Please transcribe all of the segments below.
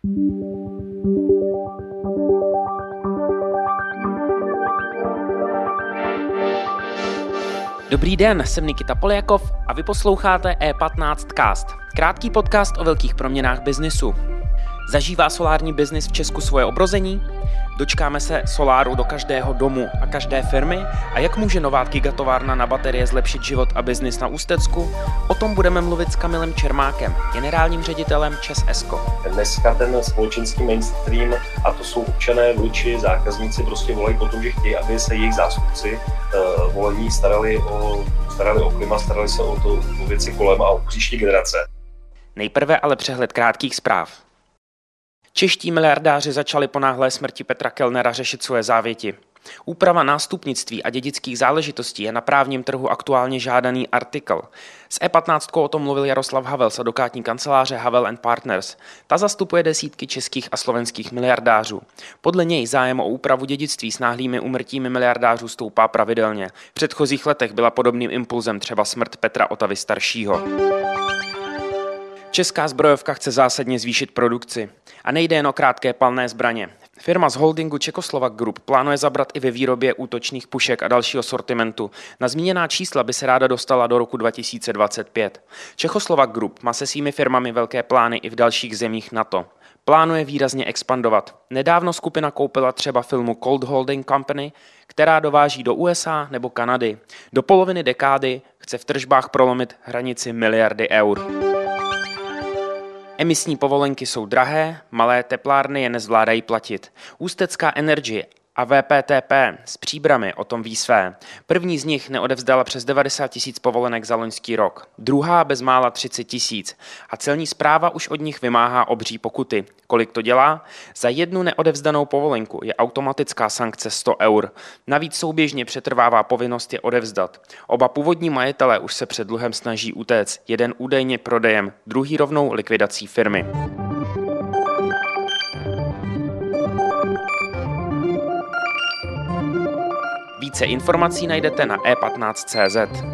Dobrý den, jsem Nikita Poljakov a vy posloucháte E15cast, krátký podcast o velkých proměnách biznisu. Zažívá solární biznis v Česku svoje obrození? Dočkáme se soláru do každého domu a každé firmy? A jak může nová gigatovárna na baterie zlepšit život a biznis na Ústecku? O tom budeme mluvit s Kamilem Čermákem, generálním ředitelem ČEZ ESCO. Dneska ten společenský mainstream, a to jsou občané, voliči, zákazníci, prostě volají po tom, že chtějí, aby se jejich zástupci volení starali o klima, starali se o věci kolem a o příští generace. Nejprve ale přehled krátkých zpráv. Čeští miliardáři začali po náhlé smrti Petra Kellnera řešit svoje závěti. Úprava nástupnictví a dědických záležitostí je na právním trhu aktuálně žádaný artikl. S E15 o tom mluvil Jaroslav Havel z advokátní kanceláře Havel & Partners. Ta zastupuje desítky českých a slovenských miliardářů. Podle něj zájem o úpravu dědictví s náhlými úmrtími miliardářů stoupá pravidelně. V předchozích letech byla podobným impulzem třeba smrt Petra Otavy staršího. Česká zbrojovka chce zásadně zvýšit produkci. A nejde jen o krátké palné zbraně. Firma z holdingu Czechoslovak Group plánuje zabrat i ve výrobě útočných pušek a dalšího sortimentu. Na zmíněná čísla by se ráda dostala do roku 2025. Czechoslovak Group má se svými firmami velké plány i v dalších zemích NATO. Plánuje výrazně expandovat. Nedávno skupina koupila třeba firmu Colt Holding Company, která dováží do USA nebo Kanady. Do poloviny dekády chce v tržbách prolomit hranici miliardy eur. Emisní povolenky jsou drahé, malé teplárny je nezvládají platit. Ústecká Energy a VPTP s Příbrami o tom ví své. První z nich neodevzdala přes 90 000 povolenek za loňský rok, druhá bezmála 30 000 a celní správa už od nich vymáhá obří pokuty. Kolik to dělá? Za jednu neodevzdanou povolenku je automatická sankce 100 eur. Navíc souběžně přetrvává povinnost je odevzdat. Oba původní majitelé už se před dluhem snaží utéct, jeden údajně prodejem, druhý rovnou likvidací firmy. Více informací najdete na e15.cz.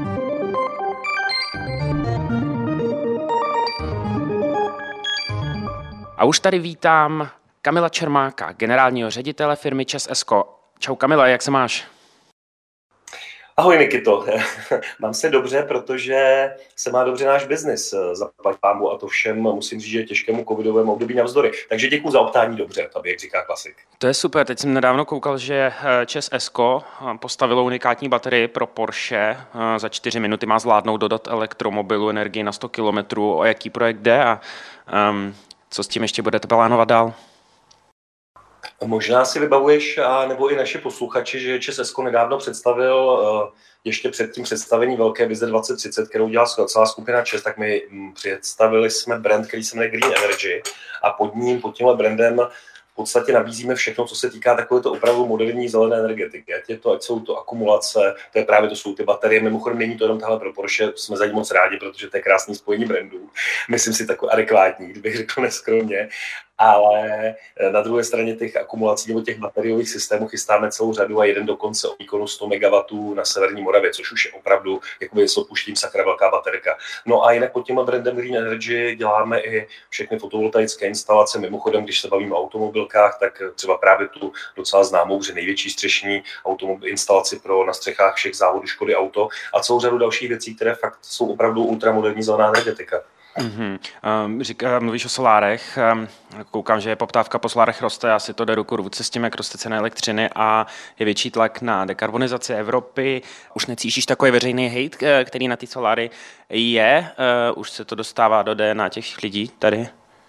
A už tady vítám Kamila Čermáka, generálního ředitele firmy ČEZ ESCO. Čau Kamila, jak se máš? Ahoj Nikito, mám se dobře, protože se má dobře náš biznis, zaplať pánbu, a to všem musím říct, že těžkému covidovému období navzdory. Takže děkuji za optání dobře, aby jak říká klasik. To je super, teď jsem nedávno koukal, že ČEZ ESCO postavilo unikátní baterii pro Porsche, za 4 minuty má zvládnout dodat elektromobilu energii na 100 km. O jaký projekt jde a co s tím ještě budete plánovat dál? Možná si vybavuješ, nebo i naši posluchači, že ČEZ ESCO nedávno představil ještě před tím představením Velké vize 2030, kterou dělala celá skupina ČEZ, tak my představili jsme brand, který se jmenuje Green Energy a pod tímhle brandem v podstatě nabízíme všechno, co se týká takovéto opravdu moderní zelené energetiky. Ať jsou to akumulace, to jsou ty baterie. Mimochodem není to jenom tahle pro Porsche, jsme za ní moc rádi, protože to je krásný spojení brandů. Myslím si takový adekvátní, kdybych řekl neskromně. Ale na druhé straně těch akumulací nebo těch bateriových systémů chystáme celou řadu a jeden dokonce o výkonu 100 MW na severní Moravě, což už je opravdu, jakoby s odpuštím sakra velká baterka. No a jinak pod tím brandem Green Energy děláme i všechny fotovoltaické instalace. Mimochodem, když se bavíme o automobilkách, tak třeba právě tu docela známou, že největší střešní instalaci na střechách všech závodů Škody Auto a celou řadu dalších věcí, které fakt jsou opravdu ultramoderní zelená energetika. Mluvíš o solárech, koukám, že poptávka po solárech roste, asi to jde ruku v ruce s tím, jak roste cena elektřiny a je větší tlak na dekarbonizaci Evropy. Už necítíš takový veřejný hejt, který na ty soláry je? Už se to dostává do DNA těch lidí tady?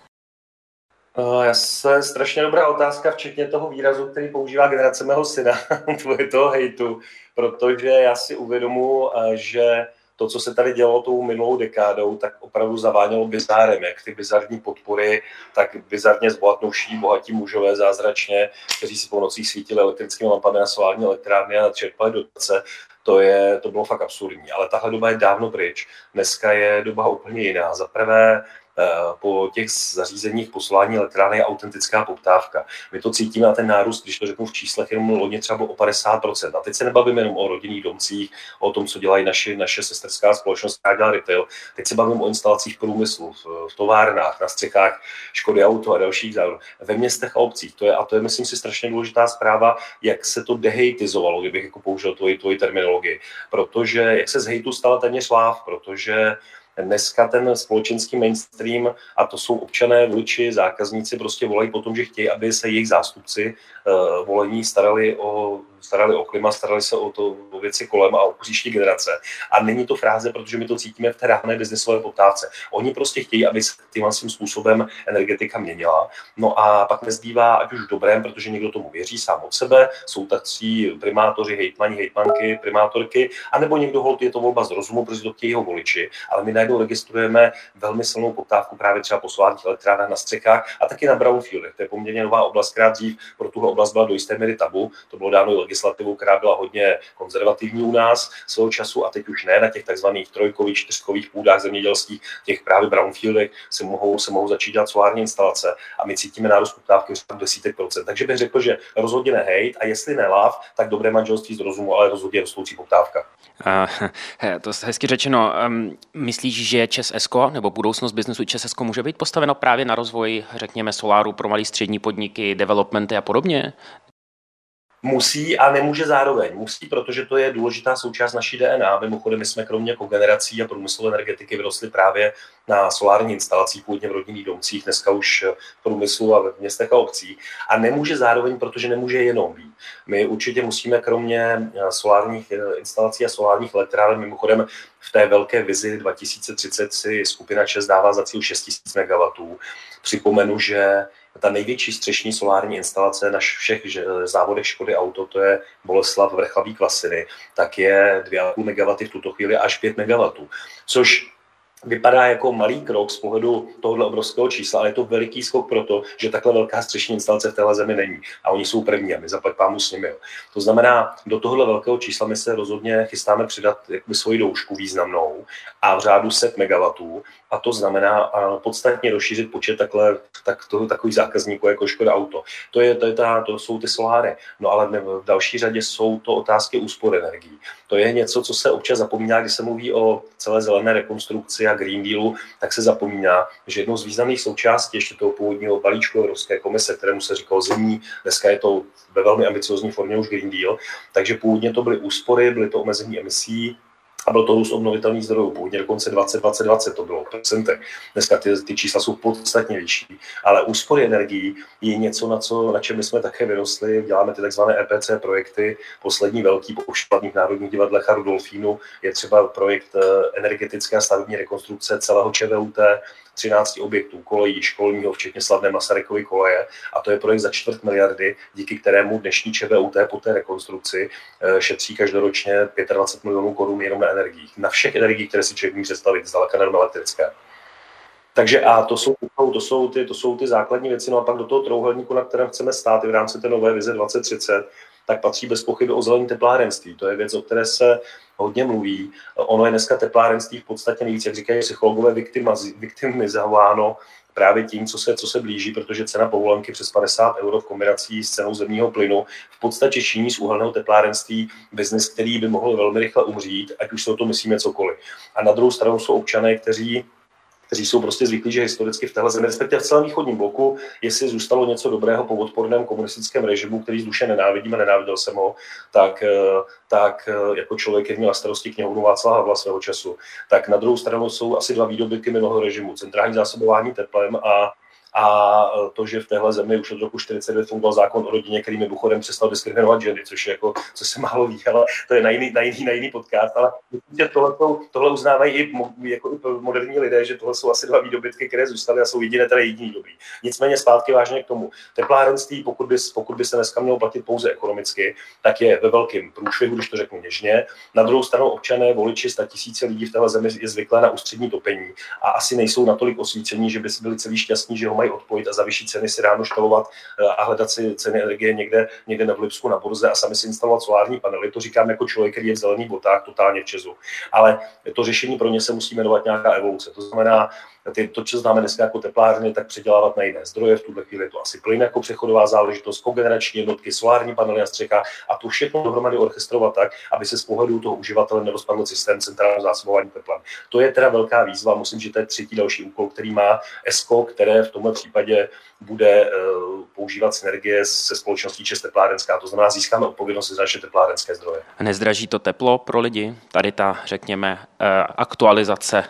Strašně dobrá otázka, včetně toho výrazu, který používá generace mého syna, toho hejtu, protože já si uvědomuji, že to, co se tady dělalo tou minulou dekádou, tak opravdu zavánělo bizárem, jak ty bizarní podpory, tak bizarně zbohatnouší bohatí mužové zázračně, kteří si po nocích svítili elektrickými lampami na solární elektrárny a čerpali dotace. To bylo fakt absurdní, ale tahle doba je dávno pryč. Dneska je doba úplně jiná. Za prvé, po těch zařízeních poslání elektrárny je autentická poptávka. My to cítíme na ten nárůst, když to řeknu v číslech, jenom lodně třeba o 50%. A teď se nebavíme jenom o rodinných domcích, o tom, co dělají naše sesterská společnost, která dělá retail. Teď se bavím o instalacích průmyslu, v továrnách, na střechách Škody Auto a dalších závodů, ve městech a obcích. To je, myslím si, strašně důležitá zpráva, jak se to dehejtizovalo, kdybych jako použil tvoji terminologii. Protože jak se z hejtu stala téměř sláv, protože dneska ten společenský mainstream, a to jsou občané, voliči, zákazníci, prostě volají po tom, že chtějí, aby se jejich zástupci volení starali o klima, starali se o věci kolem a o příští generace. A není to fráze, protože my to cítíme v té reálné biznesové poptávce. Oni prostě chtějí, aby se tím způsobem energetika měnila. No a pak nezbývá, ať už v dobrém, protože někdo tomu věří sám od sebe, jsou tací primátoři, hejtmanky, primátorky, anebo někdo holt, je to volba z rozumu, protože to chtějí jeho voliči, ale my najednou registrujeme velmi silnou poptávku právě třeba po solárních elektrárnách na střechách a taky na brownfieldech. To je poměrně nová oblast, která dřív pro tuhle oblast byla do jisté míry tabu. To bylo dáno i legislativou, která byla hodně konzervativní u nás svého času a teď už ne, na těch takzvaných trojkových, čtyřkových půdách zemědělských, těch právě brownfieldech se mohou začít dělat solární instalace a my cítíme nárůst poptávky v desítek procent. Takže bych řekl, že rozhodně ne hejt a jestli ne love, tak dobré manželství z rozumu, ale rozhodně rostoucí poptávka. To je hezky řečeno. Myslíš, že ČEZ-ESCO nebo budoucnost biznesu ČEZ-ESCO může být postaveno právě na rozvoj, řekněme, soláru pro malé střední podniky, developmenty a podobně? Musí a nemůže zároveň. Musí, protože to je důležitá součást naší DNA. Mimochodem, my jsme kromě kogenerací a průmyslové energetiky vyrostli právě na solární instalacích, původně v rodinných domcích, dneska už v průmyslu a v městech a obcích. A nemůže zároveň, protože nemůže jenom být. My určitě musíme kromě solárních instalací a solárních elektráren, mimochodem v té velké vizi 2030 si skupina ČEZ dává za cíl 6 000 MW. Připomenu, že ta největší střešní solární instalace na všech závodech Škody Auto, to je Boleslav Vrchlabí Kvasiny, tak je 2,5 MW v tuto chvíli až 5 MW, což vypadá jako malý krok z pohledu tohoto obrovského čísla, ale je to veliký skok proto, že takhle velká střešní instalace v téhle zemi není. A oni jsou první a my zaplať pámu s nimi. To znamená, do tohoto velkého čísla my se rozhodně chystáme přidat svoji doušku významnou a v řádu 100 MW. A to znamená podstatně rozšířit počet takových zákazníků jako Škoda Auto. To jsou ty soláry. No ale v další řadě jsou to otázky úspor energií. To je něco, co se občas zapomíná, když se mluví o celé zelené rekonstrukci a Green Dealu, tak se zapomíná, že jednou z významných součástí ještě toho původního balíčku Evropské komise, kterému se říkalo zimní, dneska je to ve velmi ambiciozní formě už Green Deal, takže původně to byly úspory, byly to omezení emisí, a byl to růst obnovitelných zdrojů. Původně dokonce 2020 to bylo v procentech. Dneska ty čísla jsou podstatně vyšší. Ale úspory energií je něco, na čem my jsme také vyrostli. Děláme ty takzvané EPC projekty. Poslední velký po všech národních divadlech a Rudolfínu je třeba projekt energetické a stavební rekonstrukce celého ČVUT, 13 objektů kolejí školního, včetně slavné Masarykovy koleje. A to je projekt za 250 miliardy, díky kterému dnešní ČVUT po té rekonstrukci šetří každoročně 25 milionů korun jenom na energiích. Na všech energiích, které si člověk může představit, zdaleka nejenom elektrické. Takže a to jsou ty základní věci. No a pak do toho trouhelníku, na kterém chceme stát i v rámci té nové vize 2030, tak patří bez pochyby ozelené teplárenství. To je věc, o které se hodně mluví. Ono je dneska teplárenství v podstatě nejvíc, jak říkají psychologové, viktimizováno právě tím, co se blíží, protože cena povolenky přes 50 € v kombinaci s cenou zemního plynu v podstatě činí z uhelného teplárenství biznis, který by mohl velmi rychle umřít, ať už se o to myslíme cokoliv. A na druhou stranu jsou občané, kteří jsou prostě zvyklí, že historicky v téhle zemi, respektive v celém východním bloku, jestli zůstalo něco dobrého po odporném komunistickém režimu, který z duše nenávidím a nenáviděl jsem ho, tak jako člověk, který měl na starosti knihovnu Václava Havla svého času, tak na druhou stranu jsou asi dva výdobytky minulého režimu. Centrální zásobování teplem a to, že v téhle zemi už od roku 49 fungoval zákon o rodině, který mimochodem přestal diskriminovat ženy, což je jako, co se málo ví, ale to je na jiný podcast, ale myslím, že tohle uznávají i moderní lidé, že tohle jsou asi dva výdobytky, které zůstaly a jsou jediný dobrý. Nicméně zpátky vážně k tomu. Teplárenství, pokud by se dneska mělo platit pouze ekonomicky, tak je ve velkém průšvihu, když to řeknu něžně. Na druhou stranu občané, voliči, 100 000 lidí v téhle zemi je zvyklé na ústřední topení a asi nejsou natolik osvícení, že by si byli celý šťastní, že ho mají odpojit a za vyšší ceny si ráno štelovat a hledat si ceny energie někde na Lipsku na burze a sami si instalovat solární panely. To říkám jako člověk, který je v zelených botách, totálně v ČEZu. Ale to řešení pro ně se musí jmenovat nějaká evoluce. To znamená, to, co známe dneska jako teplárny, tak předělávat na jiné zdroje. V tuhle chvíli je to asi plyn jako přechodová záležitost, kogenerační jednotky, solární panely na střechách a to všechno dohromady orchestrovat tak, aby se z pohledu toho uživatele nerozpadl systém centrálního zásobování teplem. To je teda velká výzva, musím říct, že to je třetí další úkol, který má ESCO, které v tomhle případě bude používat synergie se společností ČEZ Teplárenská, to znamená získáme odpovědnost za naše teplárenské zdroje. Nezdraží to teplo pro lidi? Tady ta, řekněme, aktualizace.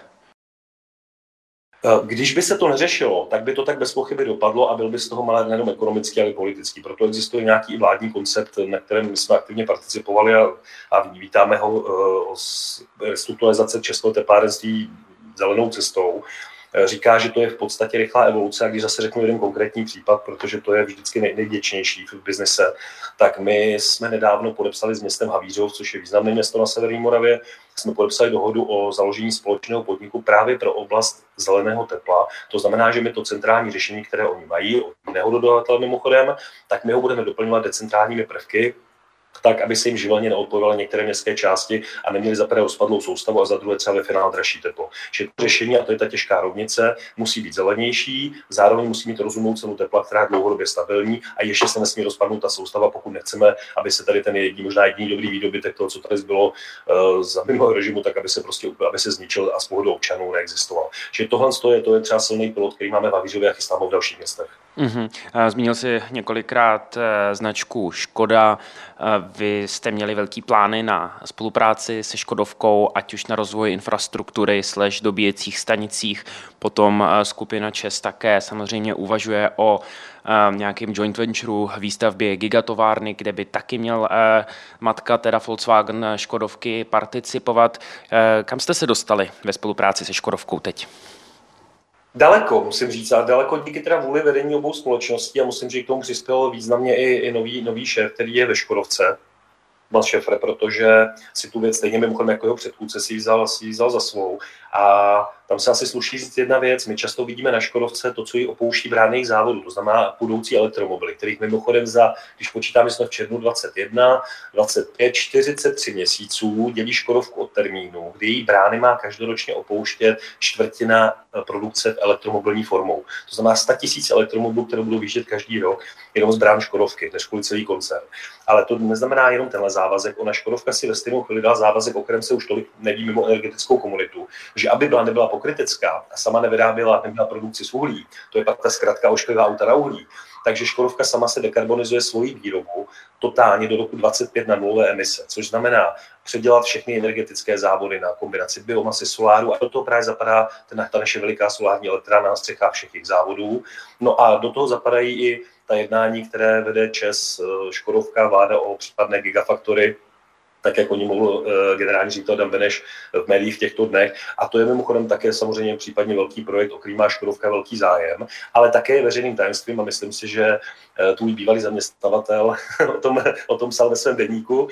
Když by se to neřešilo, tak by to tak bez pochyby dopadlo a byl by z toho malé nejenom ekonomický, ale i politický. Proto existuje nějaký vládní koncept, na kterém my jsme aktivně participovali a vítáme ho o restrukturalizace českého teplárenství zelenou cestou. Říká, že to je v podstatě rychlá evoluce a když zase řeknu jeden konkrétní případ, protože to je vždycky nejvděčnější v biznise, tak my jsme nedávno podepsali s městem Havířov, což je významné město na severní Moravě, jsme podepsali dohodu o založení společného podniku právě pro oblast zeleného tepla. To znamená, že my to centrální řešení, které oni mají, od jiného dodavatele mimochodem, tak my ho budeme doplňovat decentrálními prvky, tak, aby se jim živelně neodpojovaly některé městské části a neměli za prvé rozpadlou soustavu a za druhé třeba ve finále dražší teplo. Že to řešení, a to je ta těžká rovnice, musí být zelenější, zároveň musí mít rozumnou cenu tepla, která je dlouhodobě stabilní a ještě se nesmí rozpadnout ta soustava, pokud nechceme, aby se tady ten možná jediný dobrý výdobytek toho, co tady bylo za minulého režimu, tak aby se zničil a z pohledu občanů neexistoval. Že tohle to je třeba silný pilot, který máme v Havířově a chystáme v dalších městech. Zmínil jsi několikrát značku Škoda. Vy jste měli velký plány na spolupráci se Škodovkou, ať už na rozvoji infrastruktury / dobíjecích stanicích. Potom skupina ČEZ také samozřejmě uvažuje o nějakém joint ventureu výstavbě gigatovárny, kde by taky měl matka, teda Volkswagen Škodovky, participovat. Kam jste se dostali ve spolupráci se Škodovkou teď? Daleko, musím říct, a daleko díky teda vůli vedení obou společností a musím říct, k tomu přispěl významně i nový šéf, který je ve Škodovce, Bas Šefre, protože si tu věc stejně mimochodem jako jeho předchůdce si vzal za svou. A tam se asi sluší říct jedna věc. My často vidíme na Škodovce to, co ji opouští bránných závodů, to znamená budoucí elektromobily, kterých mimochodem když počítáme, jsme v červnu 21, 25, 43 měsíců dělí Škodovku od termínu, kdy její brány má každoročně opouštět čtvrtina produkce v elektromobilní formou. To znamená 100 000 elektromobilů, které budou vyjíždět každý rok jenom z brán Škodovky, než kvůli celý koncern. Ale to neznamená jenom tenhle závazek. Ona Škodovka si ve stejnou chvíli dala závazek, o kterém se už tolik neví mimo energetickou komunitu, že aby nebyla pokrytecká a sama neměla produkci z uhlí, to je pak ta zkratka ošklivá auta na uhlí, takže Škodovka sama se dekarbonizuje svoji výrobu totálně do roku 2025 na nulové emise, což znamená předělat všechny energetické závody na kombinaci biomasy, soláru a do toho právě zapadá ta naše veliká solární elektrárna na střechách všech jejich závodů. No a do toho zapadají i ta jednání, které vede ČEZ, Škodovka, vláda o případné gigafaktory, tak jak o ní mluvil generální ředitel Dan Beneš v médiích v těchto dnech. A to je mimochodem také samozřejmě případně velký projekt, o který má Škodovka velký zájem, ale také je veřejným tajemstvím a myslím si, že tvůj bývalý zaměstnavatel o tom psal ve svém deníku,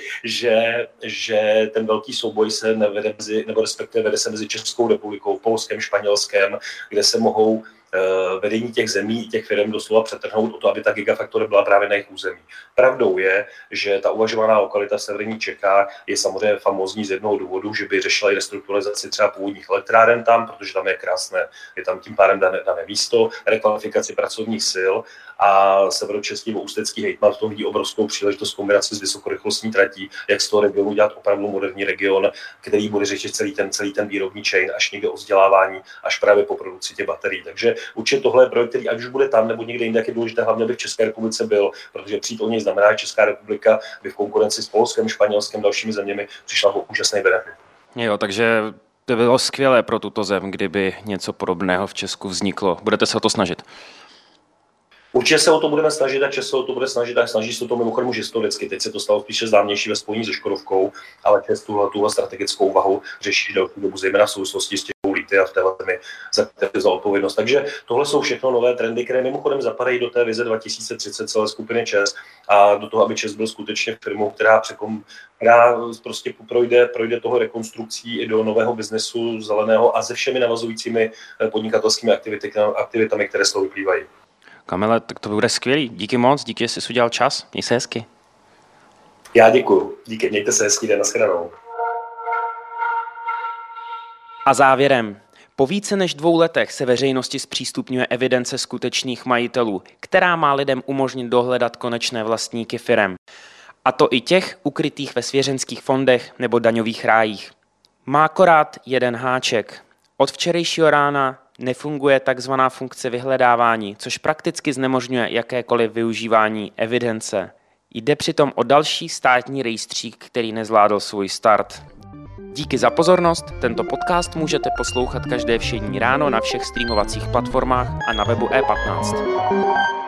že ten velký souboj se nevede vede se mezi Českou republikou, Polskem, Španělskem, kde se mohou vedení těch zemí, těch firm doslova přetrhnout o to, aby ta gigafaktory byla právě na jejich území. Pravdou je, že ta uvažovaná lokalita v severních Čechách je samozřejmě famózní z jednoho důvodu, že by řešila i restrukturalizaci třeba původních elektráren tam, protože tam je krásné, je tam tím pádem dané místo, rekvalifikaci pracovních sil a severočeský ústecký hejtman v tom vidí obrovskou příležitost kombinace s vysokorychlostní tratí, jak z toho regionu dělat opravdu moderní region, který bude řešit celý ten výrobní chain až někde o vzdělávání, až právě po produkci těch baterií. Takže určitě tohle je projekt, který ať už bude tam nebo někde jinde, jak je důležité, hlavně by v České republice byl, protože přijít o něj znamená, že Česká republika by v konkurenci s Polskem, Španělskem, dalšími zeměmi přišla o úžasný benefit. Jo, takže to bylo skvělé pro tuto zem, kdyby něco podobného v Česku vzniklo. Budete se o to snažit? Určitě se o to budeme snažit a ČEZ se o to bude snažit a snaží se to mimochodem už historicky. Teď se to stalo spíše známější ve spojení se Škodovkou, ale ČEZ tuhle strategickou úvahu řeší delší dobu, zejména v souvislosti s těžkou lithia a v téhle zemi za odpovědnost. Takže tohle jsou všechno nové trendy, které mimochodem zapadají do té vize 2030 celé skupiny ČEZ a do toho, aby ČEZ byl skutečně firmou, která prostě projde toho rekonstrukcí i do nového biznesu zeleného a se všemi navazujícími podnikatelskými aktivitami, které z toho vyplývají. Kamile, tak to bude skvělý. Díky moc, díky, že jsi udělal čas. Měj se hezky. Já děkuju. Díky, mějte se hezký den, nashledanou. A závěrem. Po více než 2 letech se veřejnosti zpřístupňuje evidence skutečných majitelů, která má lidem umožnit dohledat konečné vlastníky firem. A to i těch ukrytých ve svěřenských fondech nebo daňových rájích. Má akorát jeden háček. Od včerejšího rána nefunguje takzvaná funkce vyhledávání, což prakticky znemožňuje jakékoliv využívání evidence. Jde přitom o další státní rejstřík, který nezvládl svůj start. Díky za pozornost, tento podcast můžete poslouchat každé všední ráno na všech streamovacích platformách a na webu E15.